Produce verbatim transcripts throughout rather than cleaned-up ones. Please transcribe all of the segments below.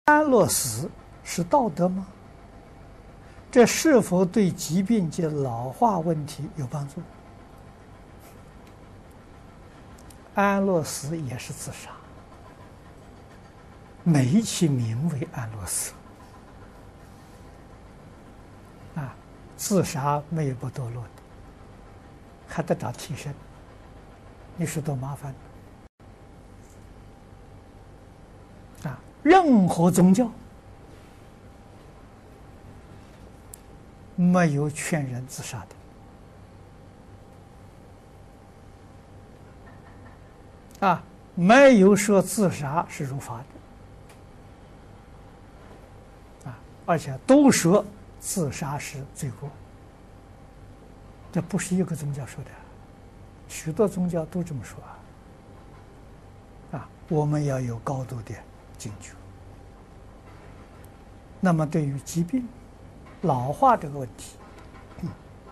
安乐死是道德吗？这是否对疾病及老化问题有帮助？安乐死也是自杀，美其名为安乐死。啊，自杀没有不堕落的，还得找替身，你说多麻烦？啊，任何宗教没有劝人自杀的，啊，没有说自杀是如法的，啊，而且都说自杀是罪过，这不是一个宗教说的，许多宗教都这么说啊，啊，我们要有高度的警觉。那么对于疾病、老化这个问题，嗯，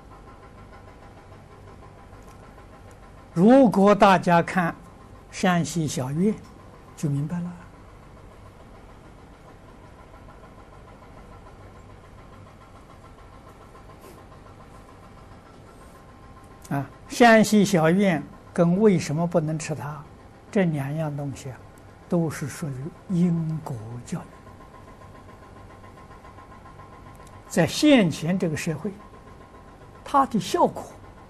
如果大家看山西小院，就明白了。啊，山西小院跟为什么不能吃它，这两样东西啊，都是属于因果教育。在现前这个社会，它的效果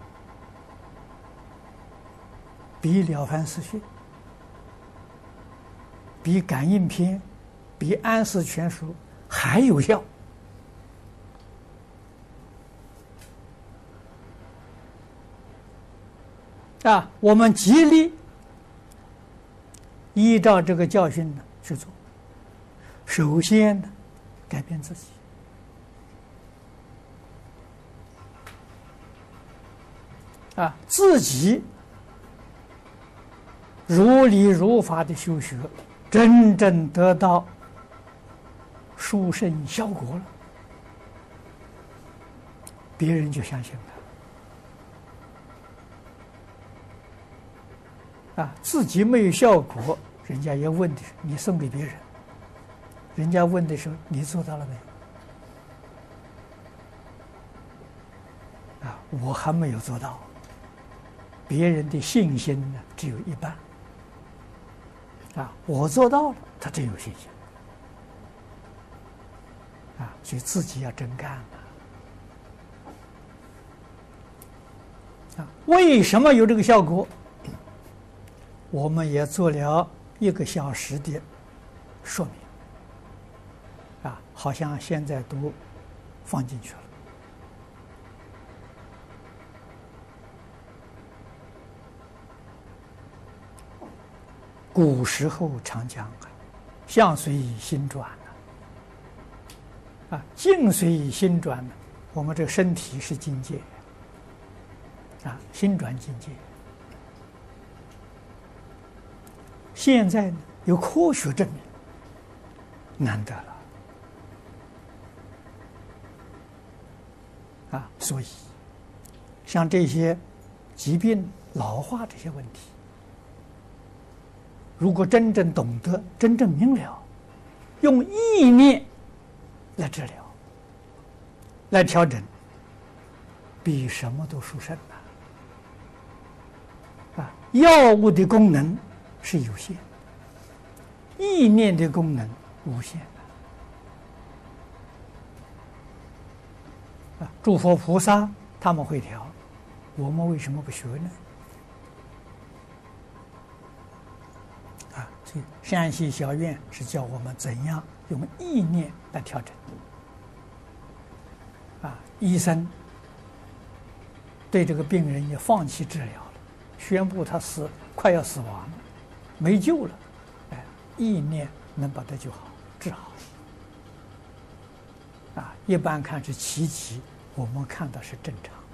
比《了凡四训》、比《感应篇》、比《安世全书》还有效。啊，我们极力依照这个教训呢去做。首先呢，改变自己。啊，自己如理如法的修学，真正得到殊胜效果了，别人就相信了。啊，自己没有效果，人家也问的是你送给别人，人家问的时候你做到了没有？啊，我还没有做到。别人的信心呢，只有一半。啊，我做到了，他真有信心。啊，所以自己要真干啊！啊，为什么有这个效果？我们也做了一个小时的说明。啊，好像现在都放进去了。古时候常讲啊，相随心转啊，啊，境随心转呢。我们这个身体是境界啊，心转境界。现在呢，有科学证明，难得了啊，所以像这些疾病、老化这些问题。如果真正懂得、真正明了，用意念来治疗、来调整，比什么都殊胜呐！啊，药物的功能是有限，意念的功能无限的。啊，诸佛菩萨他们会调，我们为什么不学呢？山西小院是教我们怎样用意念来调整。啊，医生对这个病人也放弃治疗了，宣布他死，快要死亡了，没救了。哎，意念能把他救好，治好。啊，一般看是奇迹，我们看到是正常。